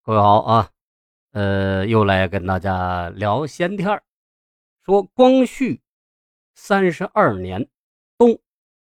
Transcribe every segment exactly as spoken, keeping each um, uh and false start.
各位好啊，呃，又来跟大家聊闲天儿。说光绪三十二年冬，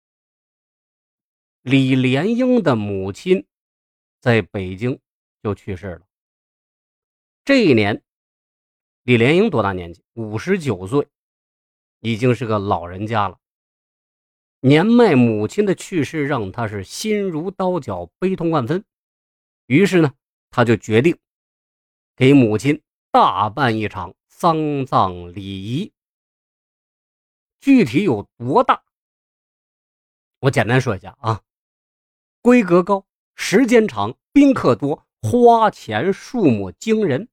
李莲英的母亲在北京就去世了。这一年，李莲英多大年纪？五十九岁，已经是个老人家了。年迈母亲的去世让他是心如刀绞，悲痛万分。于是呢，他就决定给母亲大办一场丧葬礼仪。具体有多大，我简单说一下啊。规格高，时间长，宾客多，花钱数目惊人。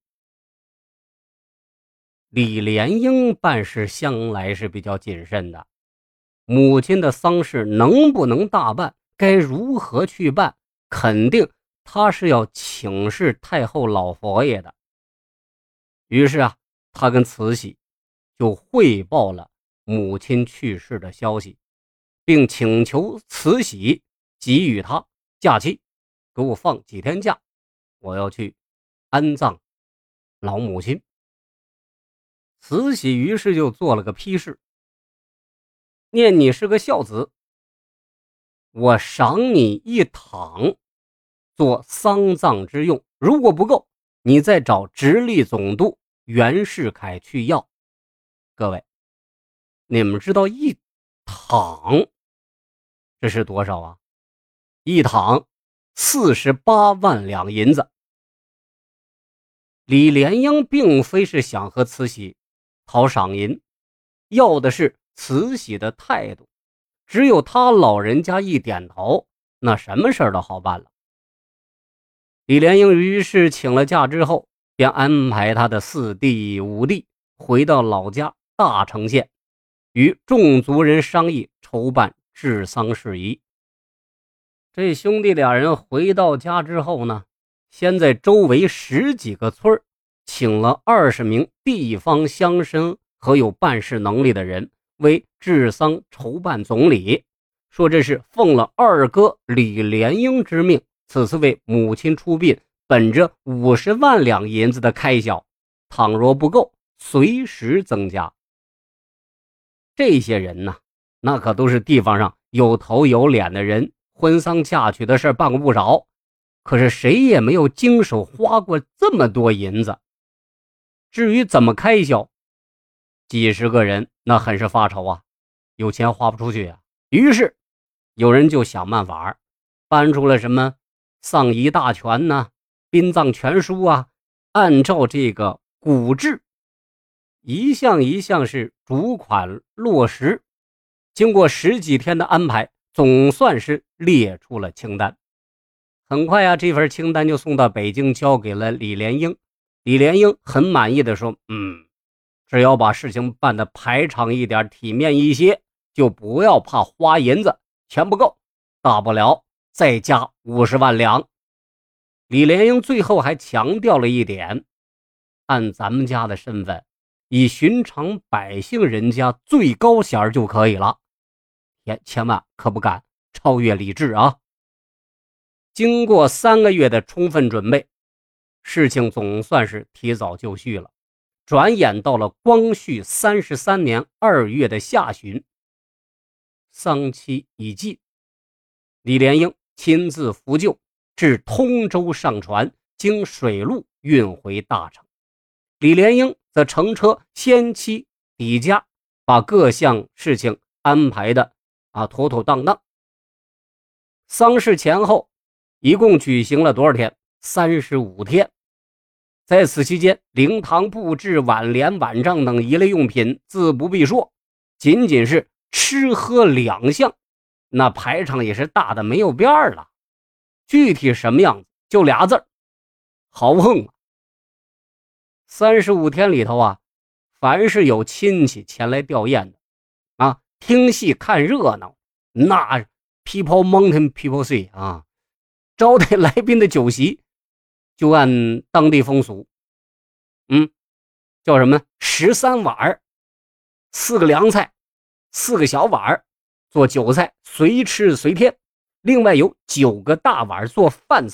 李莲英办事向来是比较谨慎的，母亲的丧事能不能大办，该如何去办，肯定他是要请示太后老佛爷的。于是啊，他跟慈禧就汇报了母亲去世的消息，并请求慈禧给予他假期，给我放几天假，我要去安葬老母亲。慈禧于是就做了个批示，念你是个孝子，我赏你一躺做丧葬之用，如果不够，你再找直隶总督袁世凯去要。各位，你们知道一躺这是多少啊？一躺四十八万两银子。李莲英并非是想和慈禧讨赏银，要的是慈禧的态度。只有他老人家一点头，那什么事儿都好办了。李莲英于是请了假之后，便安排他的四弟五弟回到老家大城县，与众族人商议筹办治丧事宜。这兄弟俩人回到家之后呢，先在周围十几个村请了二十名地方乡绅和有办事能力的人为治丧筹办总理，说这是奉了二哥李莲英之命，此次为母亲出殡，本着五十万两银子的开销，倘若不够，随时增加。这些人呢，那可都是地方上有头有脸的人，婚丧嫁娶的事办过不少，可是谁也没有经手花过这么多银子。至于怎么开销，几十个人那很是发愁啊，有钱花不出去啊。于是有人就想办法，搬出了什么丧仪大全呐、殡葬全书啊，按照这个古制一项一项是逐款落实。经过十几天的安排，总算是列出了清单。很快啊，这份清单就送到北京，交给了李莲英。李莲英很满意的说，嗯，只要把事情办得排场一点，体面一些，就不要怕花银子，钱不够，大不了再加五十万两。李莲英最后还强调了一点，按咱们家的身份，以寻常百姓人家最高衔就可以了，千万可不敢超越理智啊。经过三个月的充分准备，事情总算是提早就绪了。转眼到了光绪三十三年二月的下旬，丧期已尽，李莲英亲自扶柩至通州上船，经水路运回大城。李莲英则乘车先期抵家，把各项事情安排的啊妥妥当当。丧事前后一共举行了多少天？三十五天。在此期间，灵堂布置、挽联、挽帐等一类用品自不必说，仅仅是吃喝两项，那排场也是大的没有边儿了。具体什么样子，就俩字儿：豪横啊！三十五天里头啊，凡是有亲戚前来吊唁的啊，听戏看热闹，那 people mountain people sea 啊，招待来宾的酒席就按当地风俗，嗯，叫什么十三碗，四个凉菜，四个小碗做酒菜，随吃随添。另外有九个大碗做饭菜，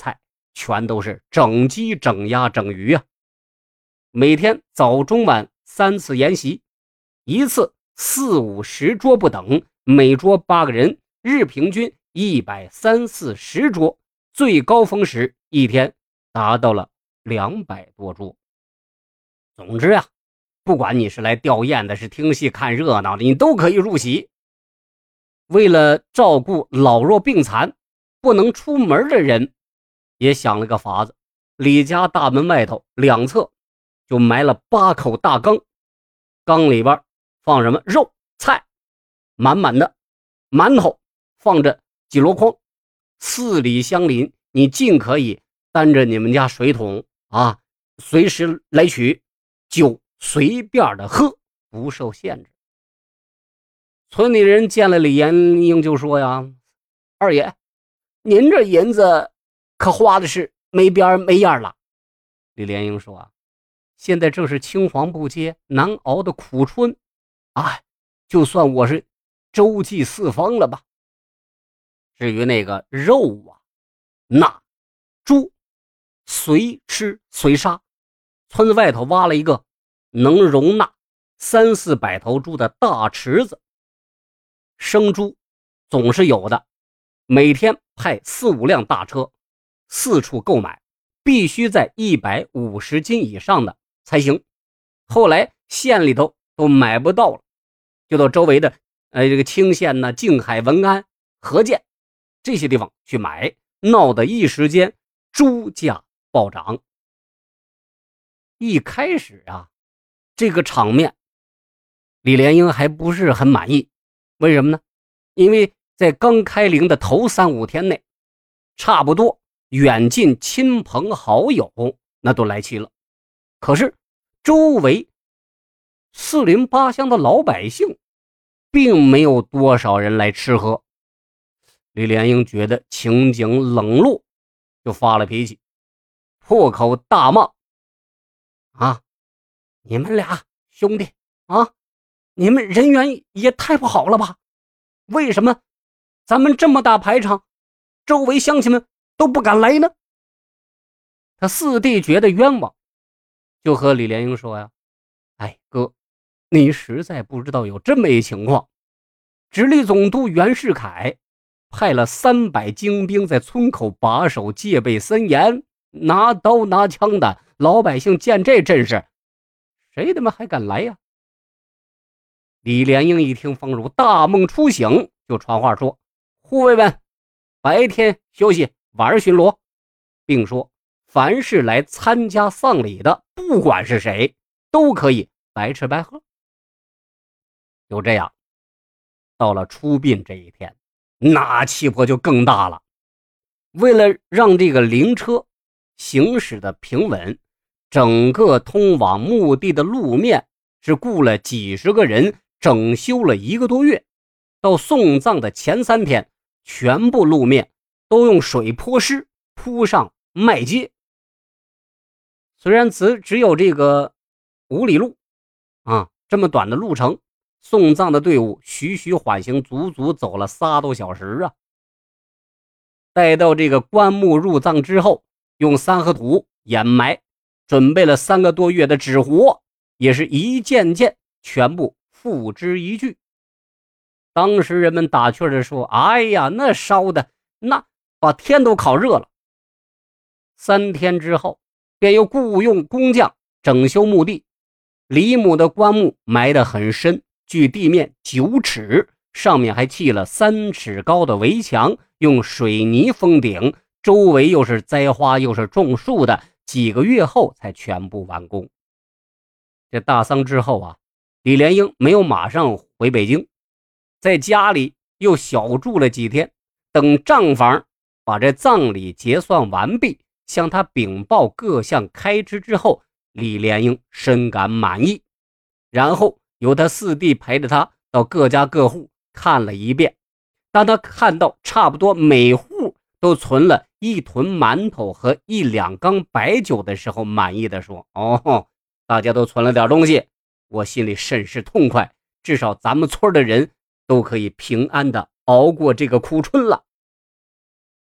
全都是整鸡整鸭整鱼啊。每天早中晚三次筵席，一次四五十桌不等，每桌八个人，日平均一百三四十桌，最高峰时一天达到了两百多桌。总之啊，不管你是来吊唁的，是听戏看热闹的，你都可以入席。为了照顾老弱病残不能出门的人，也想了个法子。李家大门外头两侧就埋了八口大缸，缸里边放什么肉菜，满满的馒头放着几箩筐，四里相邻，你尽可以担着你们家水桶啊，随时来取，酒随便的喝，不受限制。村里人见了李延英就说呀：“二爷，您这银子可花的是没边没样了。”李连英说啊：“现在正是青黄不接难熬的苦春，哎，就算我是周济四方了吧。至于那个肉啊，那猪随吃随杀，村子外头挖了一个能容纳三四百头猪的大池子，生猪总是有的，每天派四五辆大车四处购买，必须在一百五十斤以上的才行。后来县里头都买不到了，就到周围的呃这个清县呢、静海、文安、河间这些地方去买，闹得一时间猪价暴涨。一开始啊，这个场面李连英还不是很满意。为什么呢？因为在刚开灵的头三五天内，差不多远近亲朋好友那都来齐了，可是周围四邻八乡的老百姓并没有多少人来吃喝。李连英觉得情景冷落，就发了脾气，破口大骂：“啊，你们俩兄弟啊，你们人缘也太不好了吧？为什么咱们这么大排场，周围乡亲们都不敢来呢？”他四弟觉得冤枉，就和李连英说呀：“哎哥，你实在不知道有这么一情况，直隶总督袁世凯派了三百精兵在村口把守，戒备森严，拿刀拿枪的老百姓见这阵势，谁他妈还敢来呀？”李连英一听方如大梦初醒，就传话说：“护卫们白天休息，晚上巡逻，并说凡是来参加丧礼的，不管是谁，都可以白吃白喝。”就这样，到了出殡这一天，那气魄就更大了。为了让这个灵车行驶的平稳，整个通往墓地的路面是雇了几十个人整修了一个多月。到送葬的前三天，全部路面都用水泼湿，铺上麦秸。虽然只只有这个五里路啊，这么短的路程，送葬的队伍徐徐缓行，足足走了仨多小时啊。待到这个棺木入葬之后，用三合土掩埋，准备了三个多月的纸活，也是一件件全部付之一炬。当时人们打趣的说：“哎呀，那烧的那把天都烤热了。”三天之后，便又雇用工匠整修墓地。李母的棺木埋得很深，距地面九尺，上面还砌了三尺高的围墙，用水泥封顶，周围又是栽花又是种树的，几个月后才全部完工。这大丧之后啊，李连英没有马上回北京，在家里又小住了几天，等账房把这葬礼结算完毕，向他禀报各项开支之后，李连英深感满意，然后由他四弟陪着他到各家各户看了一遍。当他看到差不多每户都存了一囤馒头和一两缸白酒的时候，满意的说：“哦，大家都存了点东西，我心里甚是痛快，至少咱们村的人都可以平安的熬过这个苦春了。”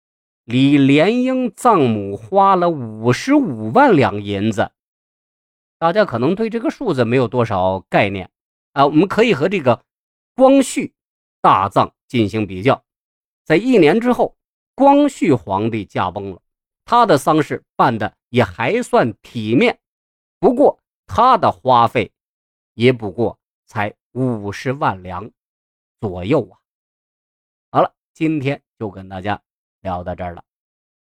李莲英葬母花了五十五万两银子。大家可能对这个数字没有多少概念啊，我们可以和这个光绪大葬进行比较。在一年之后，光绪皇帝驾崩了，他的丧事办得也还算体面，不过他的花费也不过才五十万两左右啊。好了，今天就跟大家聊到这儿了。